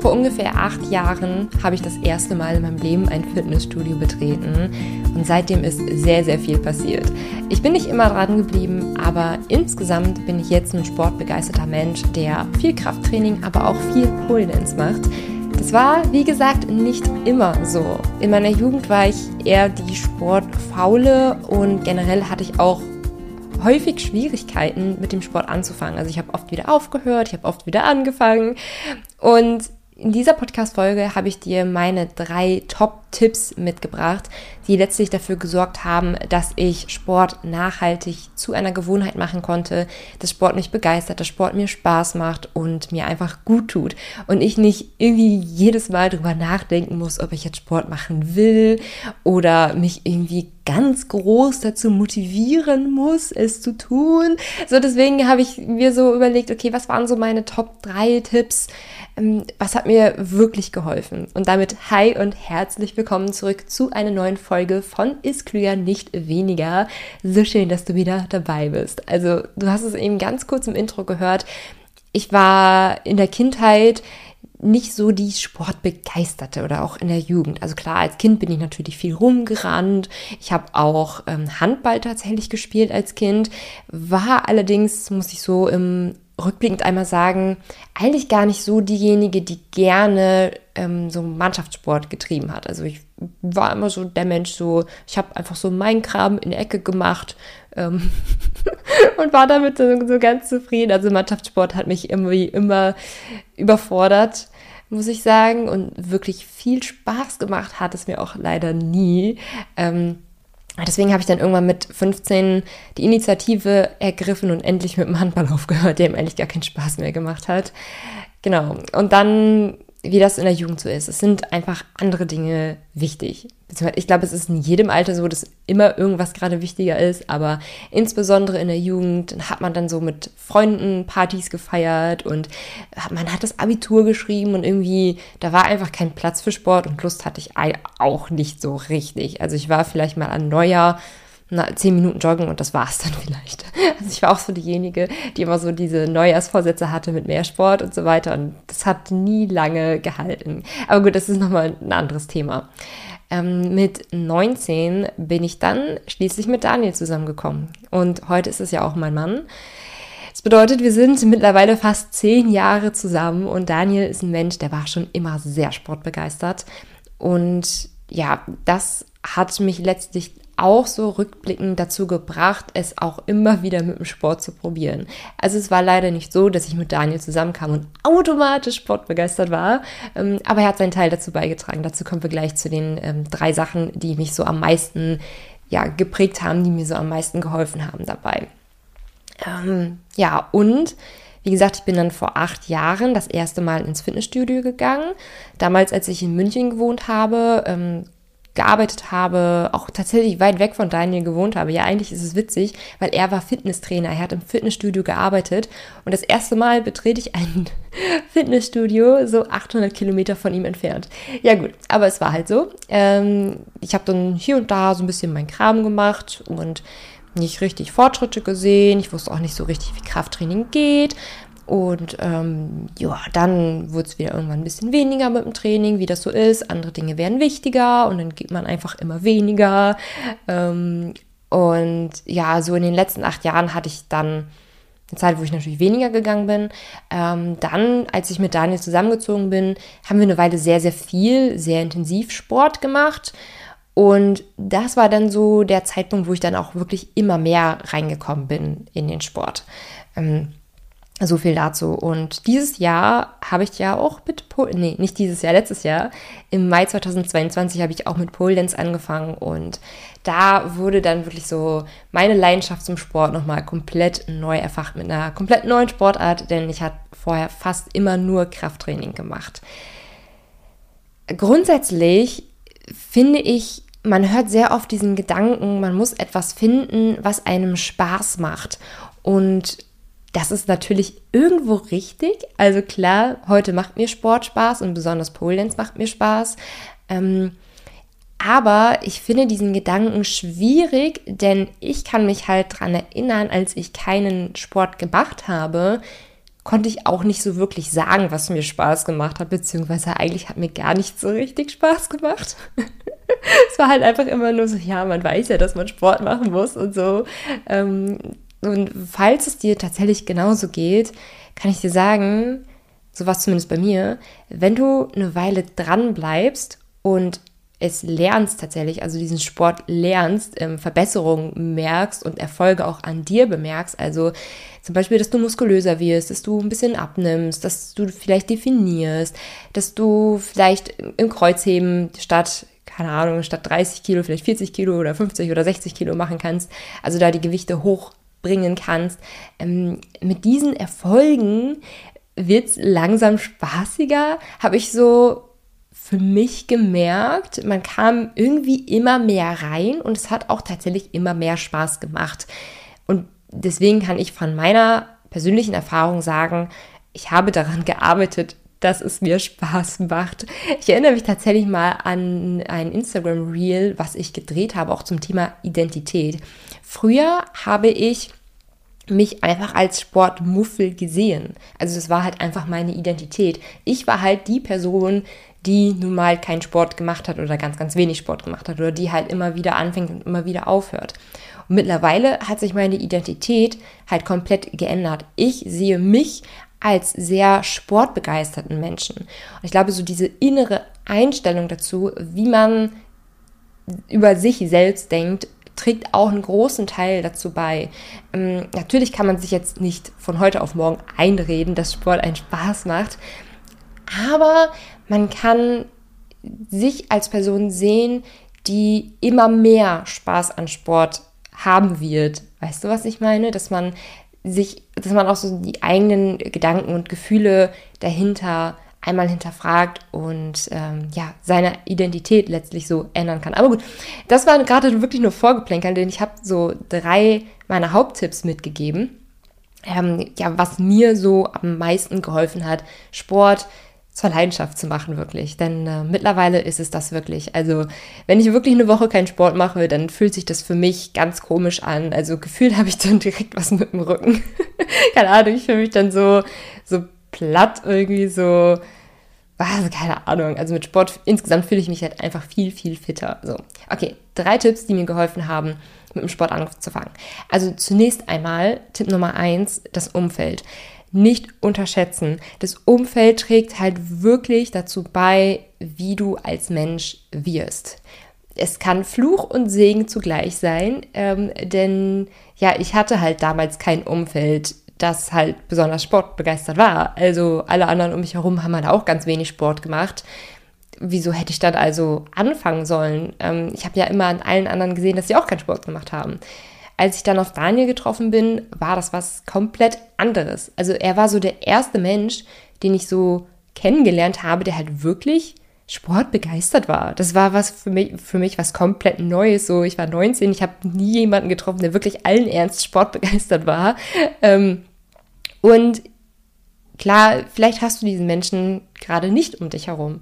Vor ungefähr 8 Jahren habe ich das erste Mal in meinem Leben ein Fitnessstudio betreten und seitdem ist sehr, sehr viel passiert. Ich bin nicht immer dran geblieben, aber insgesamt bin ich jetzt ein sportbegeisterter Mensch, der viel Krafttraining, aber auch viel Pole Dance macht. Das war, wie gesagt, nicht immer so. In meiner Jugend war ich eher die Sportfaule und generell hatte ich auch häufig Schwierigkeiten, mit dem Sport anzufangen. Also ich habe oft wieder aufgehört, ich habe oft wieder angefangen und in dieser Podcast-Folge habe ich dir meine 3 Top-Tipps mitgebracht, die letztlich dafür gesorgt haben, dass ich Sport nachhaltig zu einer Gewohnheit machen konnte, dass Sport mich begeistert, dass Sport mir Spaß macht und mir einfach gut tut. Und ich nicht irgendwie jedes Mal drüber nachdenken muss, ob ich jetzt Sport machen will oder mich irgendwie ganz groß dazu motivieren muss, es zu tun. So, deswegen habe ich mir so überlegt, okay, was waren so meine Top 3 Tipps? Was hat mir wirklich geholfen? Und damit hi und herzlich willkommen zurück zu einer neuen Folge von Ist klüger, nicht weniger. So schön, dass du wieder dabei bist. Also du hast es eben ganz kurz im Intro gehört. Ich war in der Kindheit nicht so die Sportbegeisterte oder auch in der Jugend. Also klar, als Kind bin ich natürlich viel rumgerannt. Ich habe auch Handball tatsächlich gespielt als Kind. War allerdings, muss ich so im rückblickend einmal sagen, eigentlich gar nicht so diejenige, die gerne so Mannschaftssport getrieben hat. Also ich war immer so der Mensch, so ich habe einfach so meinen Kram in der Ecke gemacht und war damit so ganz zufrieden. Also Mannschaftssport hat mich irgendwie immer überfordert, muss ich sagen. Und wirklich viel Spaß gemacht hat es mir auch leider nie. Deswegen habe ich dann irgendwann mit 15 die Initiative ergriffen und endlich mit dem Handball aufgehört, der ihm eigentlich gar keinen Spaß mehr gemacht hat. Genau. Und dann, wie das in der Jugend so ist, es sind einfach andere Dinge wichtig. Ich glaube, es ist in jedem Alter so, dass immer irgendwas gerade wichtiger ist, aber insbesondere in der Jugend hat man dann so mit Freunden Partys gefeiert und man hat das Abitur geschrieben und irgendwie, da war einfach kein Platz für Sport und Lust hatte ich auch nicht so richtig. Also ich war vielleicht mal an Neujahr 10 Minuten joggen und das war's dann vielleicht. Also ich war auch so diejenige, die immer so diese Neujahrsvorsätze hatte mit mehr Sport und so weiter und das hat nie lange gehalten. Aber gut, das ist nochmal ein anderes Thema. Mit 19 bin ich dann schließlich mit Daniel zusammengekommen und heute ist es ja auch mein Mann. Das bedeutet, wir sind mittlerweile fast 10 Jahre zusammen und Daniel ist ein Mensch, der war schon immer sehr sportbegeistert und ja, das hat mich letztlich auch so rückblickend dazu gebracht, es auch immer wieder mit dem Sport zu probieren. Also es war leider nicht so, dass ich mit Daniel zusammenkam und automatisch sportbegeistert war, aber er hat seinen Teil dazu beigetragen. Dazu kommen wir gleich zu den 3 Sachen, die mich so am meisten geprägt haben, die mir so am meisten geholfen haben dabei. Und wie gesagt, ich bin dann vor 8 Jahren das erste Mal ins Fitnessstudio gegangen. Damals, als ich in München gewohnt habe, gearbeitet habe, auch tatsächlich weit weg von Daniel gewohnt habe. Ja, eigentlich ist es witzig, weil er war Fitnesstrainer, er hat im Fitnessstudio gearbeitet und das erste Mal betrete ich ein Fitnessstudio so 800 Kilometer von ihm entfernt. Ja gut, aber es war halt so. Ich habe dann hier und da so ein bisschen meinen Kram gemacht und nicht richtig Fortschritte gesehen. Ich wusste auch nicht so richtig, wie Krafttraining geht. Und dann wurde es wieder irgendwann ein bisschen weniger mit dem Training, wie das so ist. Andere Dinge werden wichtiger und dann geht man einfach immer weniger. So in den letzten 8 Jahren hatte ich dann eine Zeit, wo ich natürlich weniger gegangen bin. Dann, als ich mit Daniel zusammengezogen bin, haben wir eine Weile sehr, sehr viel, sehr intensiv Sport gemacht. Und das war dann so der Zeitpunkt, wo ich dann auch wirklich immer mehr reingekommen bin in den Sport. So viel dazu. Und dieses Jahr habe ich ja auch mit letztes Jahr, im Mai 2022 habe ich auch mit Pole Dance angefangen und da wurde dann wirklich so meine Leidenschaft zum Sport nochmal komplett neu erfacht mit einer komplett neuen Sportart, denn ich hatte vorher fast immer nur Krafttraining gemacht. Grundsätzlich finde ich, man hört sehr oft diesen Gedanken, man muss etwas finden, was einem Spaß macht und das ist natürlich irgendwo richtig. Also klar, heute macht mir Sport Spaß und besonders Pole Dance macht mir Spaß. Aber ich finde diesen Gedanken schwierig, denn ich kann mich halt daran erinnern, als ich keinen Sport gemacht habe, konnte ich auch nicht so wirklich sagen, was mir Spaß gemacht hat, beziehungsweise eigentlich hat mir gar nicht so richtig Spaß gemacht. Es war halt einfach immer nur so, ja, man weiß ja, dass man Sport machen muss und so. Und falls es dir tatsächlich genauso geht, kann ich dir sagen, so war es zumindest bei mir, wenn du eine Weile dran bleibst und es lernst tatsächlich, also diesen Sport lernst, Verbesserungen merkst und Erfolge auch an dir bemerkst, also zum Beispiel, dass du muskulöser wirst, dass du ein bisschen abnimmst, dass du vielleicht definierst, dass du vielleicht im Kreuzheben statt 30 Kilo vielleicht 40 Kilo oder 50 oder 60 Kilo machen kannst, also da die Gewichte hochbringen kannst. Mit diesen Erfolgen wird es langsam spaßiger, habe ich so für mich gemerkt, man kam irgendwie immer mehr rein und es hat auch tatsächlich immer mehr Spaß gemacht. Und deswegen kann ich von meiner persönlichen Erfahrung sagen, ich habe daran gearbeitet, dass es mir Spaß macht. Ich erinnere mich tatsächlich mal an ein Instagram-Reel, was ich gedreht habe, auch zum Thema Identität. Früher habe ich mich einfach als Sportmuffel gesehen. Also das war halt einfach meine Identität. Ich war halt die Person, die nun mal keinen Sport gemacht hat oder ganz, ganz wenig Sport gemacht hat oder die halt immer wieder anfängt und immer wieder aufhört. Und mittlerweile hat sich meine Identität halt komplett geändert. Ich sehe mich als sehr sportbegeisterten Menschen. Und ich glaube, so diese innere Einstellung dazu, wie man über sich selbst denkt, trägt auch einen großen Teil dazu bei. Natürlich kann man sich jetzt nicht von heute auf morgen einreden, dass Sport einen Spaß macht, aber man kann sich als Person sehen, die immer mehr Spaß an Sport haben wird. Weißt du, was ich meine? Dass man auch so die eigenen Gedanken und Gefühle dahinter einmal hinterfragt und seine Identität letztlich so ändern kann. Aber gut, das war gerade wirklich nur Vorgeplänkel, denn ich habe so 3 meiner Haupttipps mitgegeben, was mir so am meisten geholfen hat, Sport zur Leidenschaft zu machen, wirklich. Denn mittlerweile ist es das wirklich. Also wenn ich wirklich eine Woche keinen Sport mache, dann fühlt sich das für mich ganz komisch an. Also gefühlt habe ich dann direkt was mit dem Rücken. Keine Ahnung, ich fühle mich dann so platt irgendwie so, keine Ahnung. Also mit Sport insgesamt fühle ich mich halt einfach viel, viel fitter. So, okay, 3 Tipps, die mir geholfen haben, mit dem Sport anzufangen. Also zunächst einmal Tipp Nummer 1, das Umfeld. Nicht unterschätzen. Das Umfeld trägt halt wirklich dazu bei, wie du als Mensch wirst. Es kann Fluch und Segen zugleich sein, denn ich hatte halt damals kein Umfeld, das halt besonders sportbegeistert war. Also alle anderen um mich herum haben halt auch ganz wenig Sport gemacht. Wieso hätte ich dann also anfangen sollen? Ich habe ja immer an allen anderen gesehen, dass sie auch keinen Sport gemacht haben. Als ich dann auf Daniel getroffen bin, war das was komplett anderes. Also er war so der erste Mensch, den ich so kennengelernt habe, der halt wirklich sportbegeistert war. Das war was für mich was komplett Neues. So, ich war 19, ich habe nie jemanden getroffen, der wirklich allen Ernst sportbegeistert war. Und klar, vielleicht hast du diesen Menschen gerade nicht um dich herum.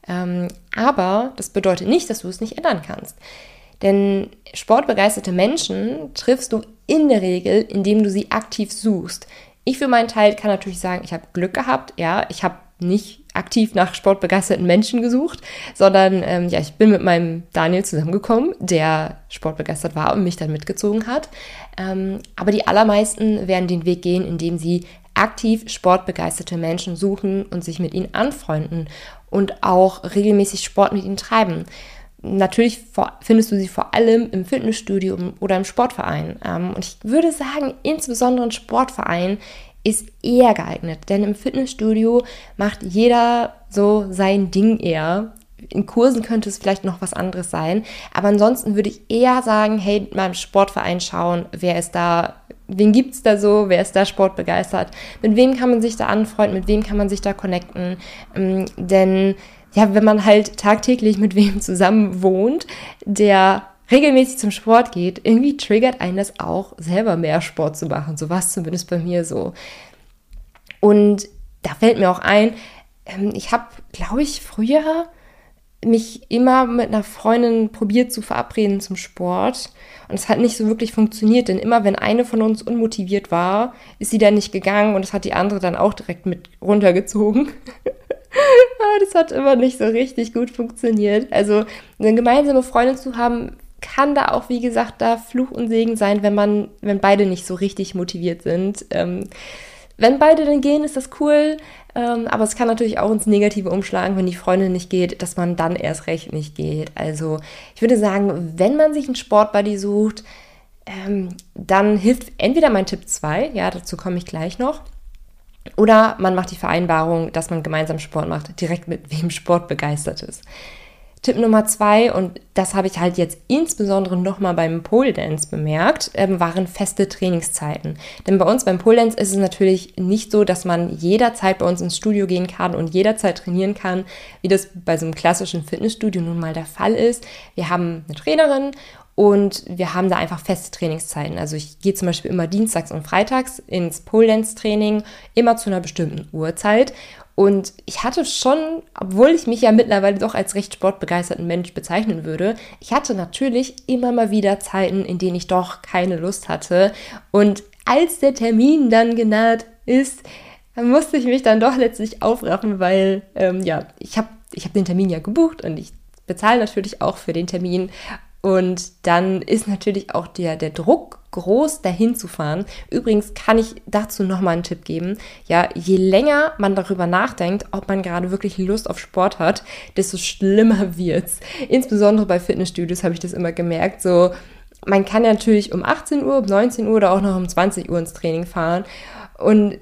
Aber das bedeutet nicht, dass du es nicht ändern kannst. Denn sportbegeisterte Menschen triffst du in der Regel, indem du sie aktiv suchst. Ich für meinen Teil kann natürlich sagen, ich habe Glück gehabt. Ja, ich habe nicht aktiv nach sportbegeisterten Menschen gesucht, sondern ich bin mit meinem Daniel zusammengekommen, der sportbegeistert war und mich dann mitgezogen hat. Aber die allermeisten werden den Weg gehen, indem sie aktiv sportbegeisterte Menschen suchen und sich mit ihnen anfreunden und auch regelmäßig Sport mit ihnen treiben. Natürlich findest du sie vor allem im Fitnessstudio oder im Sportverein. Und ich würde sagen, insbesondere ein Sportverein ist eher geeignet. Denn im Fitnessstudio macht jeder so sein Ding eher. In Kursen könnte es vielleicht noch was anderes sein. Aber ansonsten würde ich eher sagen, hey, mal im Sportverein schauen, wer ist da, wen gibt es da so, wer ist da sportbegeistert, mit wem kann man sich da anfreunden, mit wem kann man sich da connecten. Denn wenn man halt tagtäglich mit wem zusammen wohnt, der regelmäßig zum Sport geht, irgendwie triggert einen das auch, selber mehr Sport zu machen. So war es zumindest bei mir so. Und da fällt mir auch ein, ich habe, glaube ich, früher mich immer mit einer Freundin probiert zu verabreden zum Sport. Und es hat nicht so wirklich funktioniert, denn immer wenn eine von uns unmotiviert war, ist sie dann nicht gegangen und das hat die andere dann auch direkt mit runtergezogen. Das hat immer nicht so richtig gut funktioniert. Also eine gemeinsame Freundin zu haben, kann da auch, wie gesagt, da Fluch und Segen sein, wenn beide nicht so richtig motiviert sind. Wenn beide dann gehen, ist das cool, aber es kann natürlich auch ins Negative umschlagen, wenn die Freundin nicht geht, dass man dann erst recht nicht geht. Also ich würde sagen, wenn man sich einen Sportbuddy sucht, dann hilft entweder mein Tipp 2, ja, dazu komme ich gleich noch, oder man macht die Vereinbarung, dass man gemeinsam Sport macht, direkt mit wem Sport begeistert ist. Tipp Nummer 2, und das habe ich halt jetzt insbesondere nochmal beim Pole Dance bemerkt, waren feste Trainingszeiten. Denn bei uns beim Pole Dance ist es natürlich nicht so, dass man jederzeit bei uns ins Studio gehen kann und jederzeit trainieren kann, wie das bei so einem klassischen Fitnessstudio nun mal der Fall ist. Wir haben eine Trainerin und wir haben da einfach feste Trainingszeiten. Also ich gehe zum Beispiel immer dienstags und freitags ins Pole Dance Training, immer zu einer bestimmten Uhrzeit. Und ich hatte schon, obwohl ich mich ja mittlerweile doch als recht sportbegeisterten Mensch bezeichnen würde, ich hatte natürlich immer mal wieder Zeiten, in denen ich doch keine Lust hatte. Und als der Termin dann genaht ist, dann musste ich mich dann doch letztlich aufraffen, weil ich hab den Termin ja gebucht und ich bezahle natürlich auch für den Termin. Und dann ist natürlich auch der Druck groß, dahin zu fahren. Übrigens kann ich dazu nochmal einen Tipp geben. Ja, je länger man darüber nachdenkt, ob man gerade wirklich Lust auf Sport hat, desto schlimmer wird's. Insbesondere bei Fitnessstudios habe ich das immer gemerkt. So, man kann ja natürlich um 18 Uhr, um 19 Uhr oder auch noch um 20 Uhr ins Training fahren. Und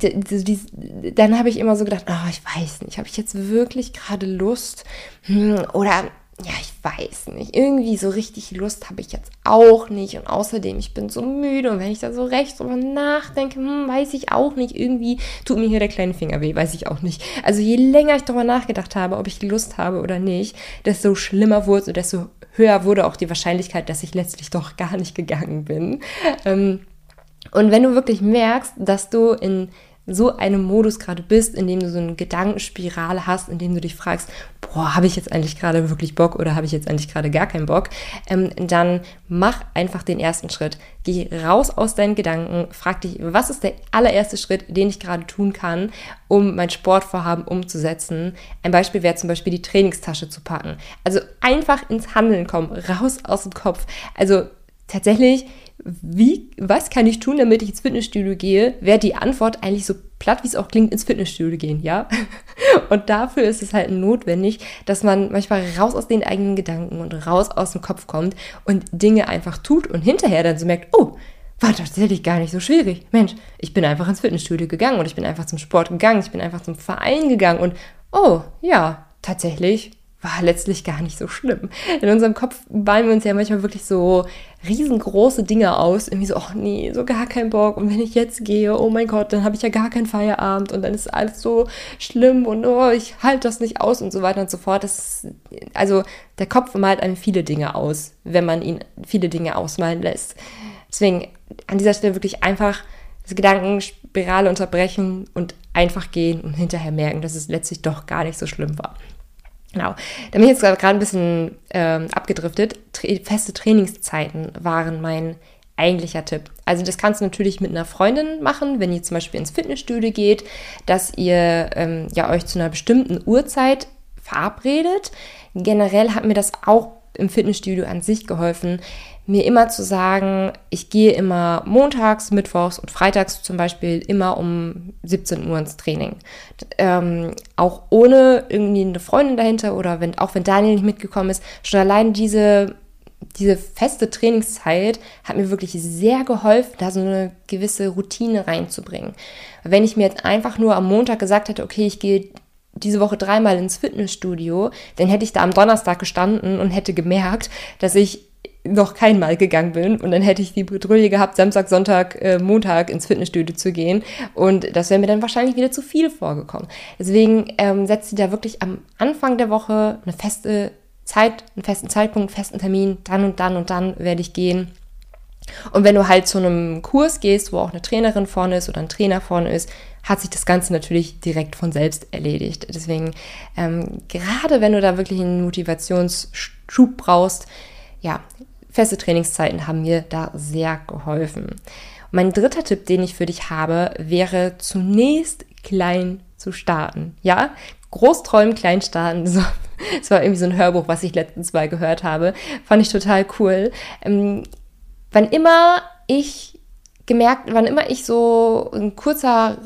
dann habe ich immer so gedacht, ich weiß nicht, habe ich jetzt wirklich gerade Lust? Oder ja, ich weiß nicht, irgendwie so richtig Lust habe ich jetzt auch nicht und außerdem, ich bin so müde und wenn ich da so recht drüber nachdenke, weiß ich auch nicht, irgendwie tut mir hier der kleine Finger weh, weiß ich auch nicht. Also je länger ich darüber nachgedacht habe, ob ich Lust habe oder nicht, desto schlimmer wurde es und desto höher wurde auch die Wahrscheinlichkeit, dass ich letztlich doch gar nicht gegangen bin. Und wenn du wirklich merkst, dass du in so einem Modus gerade bist, in dem du so eine Gedankenspirale hast, in dem du dich fragst, habe ich jetzt eigentlich gerade wirklich Bock oder habe ich jetzt eigentlich gerade gar keinen Bock, dann mach einfach den ersten Schritt. Geh raus aus deinen Gedanken, frag dich, was ist der allererste Schritt, den ich gerade tun kann, um mein Sportvorhaben umzusetzen. Ein Beispiel wäre zum Beispiel die Trainingstasche zu packen. Also einfach ins Handeln kommen, raus aus dem Kopf. Also tatsächlich, was kann ich tun, damit ich ins Fitnessstudio gehe, wäre die Antwort eigentlich so platt, wie es auch klingt, ins Fitnessstudio gehen, ja? Und dafür ist es halt notwendig, dass man manchmal raus aus den eigenen Gedanken und raus aus dem Kopf kommt und Dinge einfach tut und hinterher dann so merkt, war tatsächlich gar nicht so schwierig. Mensch, ich bin einfach ins Fitnessstudio gegangen und ich bin einfach zum Sport gegangen, ich bin einfach zum Verein gegangen und tatsächlich war letztlich gar nicht so schlimm. In unserem Kopf malen wir uns ja manchmal wirklich so riesengroße Dinge aus. Irgendwie so, nee, so gar keinen Bock. Und wenn ich jetzt gehe, oh mein Gott, dann habe ich ja gar keinen Feierabend und dann ist alles so schlimm und ich halte das nicht aus und so weiter und so fort. Also der Kopf malt einem viele Dinge aus, wenn man ihn viele Dinge ausmalen lässt. Deswegen an dieser Stelle wirklich einfach das Gedankenspirale unterbrechen und einfach gehen und hinterher merken, dass es letztlich doch gar nicht so schlimm war. Genau, da bin ich jetzt gerade ein bisschen abgedriftet. Feste Trainingszeiten waren mein eigentlicher Tipp. Also das kannst du natürlich mit einer Freundin machen, wenn ihr zum Beispiel ins Fitnessstudio geht, dass ihr euch zu einer bestimmten Uhrzeit verabredet. Generell hat mir das auch im Fitnessstudio an sich geholfen, mir immer zu sagen, ich gehe immer montags, mittwochs und freitags zum Beispiel immer um 17 Uhr ins Training. Auch ohne irgendwie eine Freundin dahinter oder wenn Daniel nicht mitgekommen ist, schon allein diese feste Trainingszeit hat mir wirklich sehr geholfen, da so eine gewisse Routine reinzubringen. Wenn ich mir jetzt einfach nur am Montag gesagt hätte, okay, ich gehe diese Woche 3-mal ins Fitnessstudio, dann hätte ich da am Donnerstag gestanden und hätte gemerkt, dass ich noch kein Mal gegangen bin und dann hätte ich die Bredouille gehabt, Samstag, Sonntag, Montag ins Fitnessstudio zu gehen und das wäre mir dann wahrscheinlich wieder zu viel vorgekommen. Deswegen setzt sie da wirklich am Anfang der Woche eine feste Zeit, einen festen Zeitpunkt, einen festen Termin, dann und dann und dann werde ich gehen. Und wenn du halt zu einem Kurs gehst, wo auch eine Trainerin vorne ist oder ein Trainer vorne ist, hat sich das Ganze natürlich direkt von selbst erledigt. Deswegen, gerade wenn du da wirklich einen Motivationsschub brauchst, ja, feste Trainingszeiten haben mir da sehr geholfen. Und mein dritter Tipp, den ich für dich habe, wäre zunächst klein zu starten. Ja, groß träumen, klein starten. Das war irgendwie so ein Hörbuch, was ich letztens mal gehört habe. Fand ich total cool. Wann immer ich so einen kurzen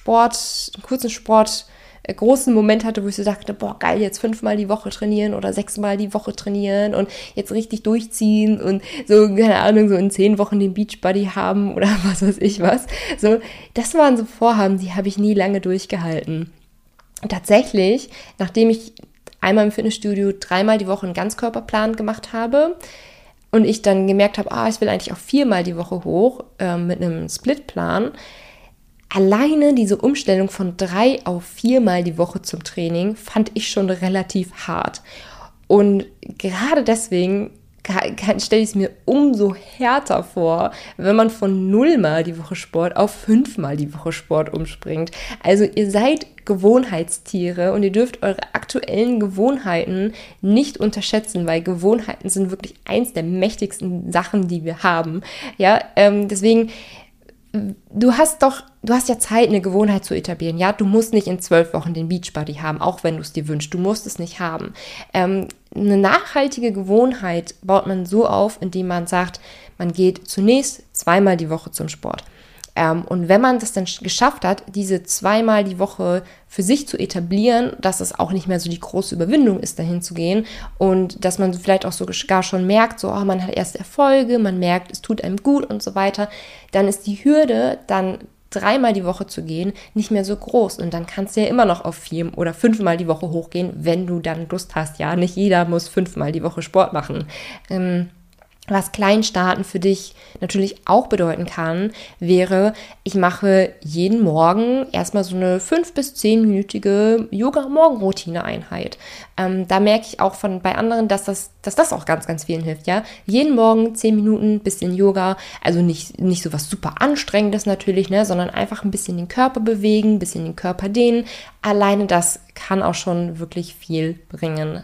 Sport, großen Moment hatte, wo ich so dachte, boah, geil, jetzt 5-mal die Woche trainieren oder 6-mal die Woche trainieren und jetzt richtig durchziehen und so, keine Ahnung, so in 10 Wochen den Beachbody haben oder was weiß ich was. So, das waren so Vorhaben, die habe ich nie lange durchgehalten. Und tatsächlich, nachdem ich einmal im Fitnessstudio 3-mal die Woche einen Ganzkörperplan gemacht habe und ich dann gemerkt habe, ich will eigentlich auch 4-mal die Woche hoch mit einem Splitplan, alleine diese Umstellung von 3 auf 4-mal die Woche zum Training fand ich schon relativ hart. Und gerade deswegen stelle ich es mir umso härter vor, wenn man von 0-mal die Woche Sport auf 5-mal die Woche Sport umspringt. Also ihr seid Gewohnheitstiere und ihr dürft eure aktuellen Gewohnheiten nicht unterschätzen, weil Gewohnheiten sind wirklich eins der mächtigsten Sachen, die wir haben. Ja, deswegen, du hast ja Zeit, eine Gewohnheit zu etablieren. Ja, du musst nicht in 12 Wochen den Beachbody haben, auch wenn du es dir wünschst. Du musst es nicht haben. Eine nachhaltige Gewohnheit baut man so auf, indem man sagt, man geht zunächst 2-mal die Woche zum Sport. Und wenn man das dann geschafft hat, diese 2-mal die Woche für sich zu etablieren, dass es auch nicht mehr so die große Überwindung ist, dahin zu gehen und dass man vielleicht auch sogar schon merkt, so, man hat erste Erfolge, man merkt, es tut einem gut und so weiter, dann ist die Hürde, dann 3-mal die Woche zu gehen, nicht mehr so groß. Und dann kannst du ja immer noch auf 4 oder 5-mal die Woche hochgehen, wenn du dann Lust hast. Ja, nicht jeder muss 5-mal die Woche Sport machen. Was Kleinstarten für dich natürlich auch bedeuten kann, wäre, ich mache jeden Morgen erstmal so eine 5- bis 10-minütige Yoga-Morgenroutine-Einheit. Da merke ich auch bei anderen, dass das auch ganz, ganz vielen hilft, ja. Jeden Morgen 10 Minuten, bisschen Yoga, also nicht so was super Anstrengendes natürlich, ne, sondern einfach ein bisschen den Körper bewegen, ein bisschen den Körper dehnen. Alleine das kann auch schon wirklich viel bringen.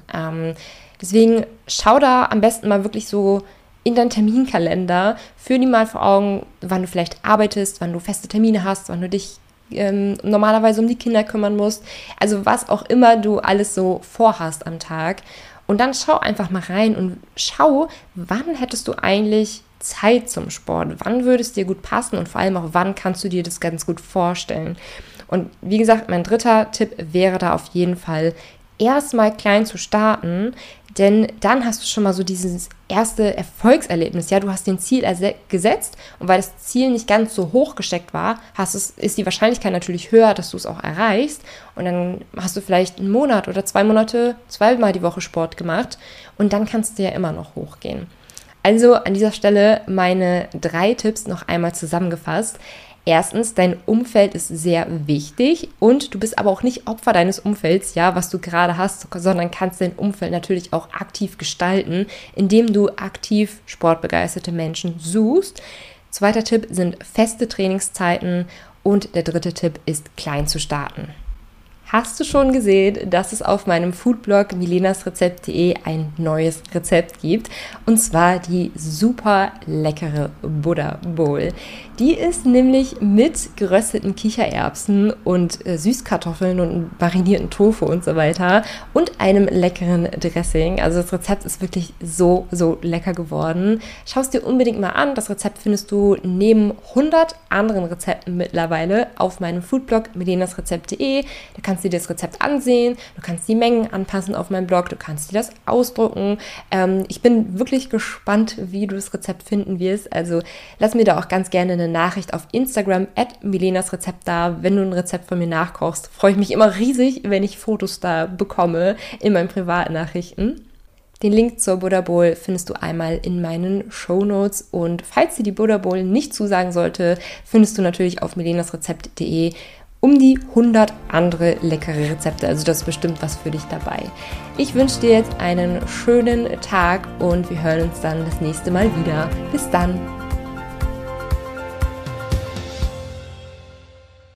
Deswegen schau da am besten mal wirklich so in deinen Terminkalender, führ die mal vor Augen, wann du vielleicht arbeitest, wann du feste Termine hast, wann du dich normalerweise um die Kinder kümmern musst. Also was auch immer du alles so vorhast am Tag. Und dann schau einfach mal rein und schau, wann hättest du eigentlich Zeit zum Sport? Wann würde es dir gut passen und vor allem auch, wann kannst du dir das ganz gut vorstellen? Und wie gesagt, mein dritter Tipp wäre da auf jeden Fall, erstmal klein zu starten, denn dann hast du schon mal so dieses erste Erfolgserlebnis. Ja, du hast den Ziel gesetzt und weil das Ziel nicht ganz so hoch gesteckt war, ist die Wahrscheinlichkeit natürlich höher, dass du es auch erreichst. Und dann hast du vielleicht einen Monat oder 2 Monate 2-mal die Woche Sport gemacht und dann kannst du ja immer noch hochgehen. Also an dieser Stelle meine 3 Tipps noch einmal zusammengefasst. Erstens, dein Umfeld ist sehr wichtig und du bist aber auch nicht Opfer deines Umfelds, ja, was du gerade hast, sondern kannst dein Umfeld natürlich auch aktiv gestalten, indem du aktiv sportbegeisterte Menschen suchst. Zweiter Tipp sind feste Trainingszeiten und der dritte Tipp ist, klein zu starten. Hast du schon gesehen, dass es auf meinem Foodblog milenasrezept.de ein neues Rezept gibt? Und zwar die super leckere Buddha Bowl. Die ist nämlich mit gerösteten Kichererbsen und Süßkartoffeln und marinierten Tofu und so weiter und einem leckeren Dressing. Also das Rezept ist wirklich so, so lecker geworden. Schau es dir unbedingt mal an. Das Rezept findest du neben 100 anderen Rezepten mittlerweile auf meinem Foodblog milenasrezept.de. Da kannst du dir das Rezept ansehen, du kannst die Mengen anpassen auf meinem Blog, du kannst dir das ausdrucken. Ich bin wirklich gespannt, wie du das Rezept finden wirst. Also lass mir da auch ganz gerne eine Nachricht auf Instagram @milenasrezept da, wenn du ein Rezept von mir nachkochst. Freue ich mich immer riesig, wenn ich Fotos da bekomme in meinen Privatnachrichten. Den Link zur Buddha Bowl findest du einmal in meinen Shownotes und falls dir die Buddha Bowl nicht zusagen sollte, findest du natürlich auf milenasrezept.de um die 100 andere leckere Rezepte. Also das ist bestimmt was für dich dabei. Ich wünsche dir jetzt einen schönen Tag und wir hören uns dann das nächste Mal wieder. Bis dann!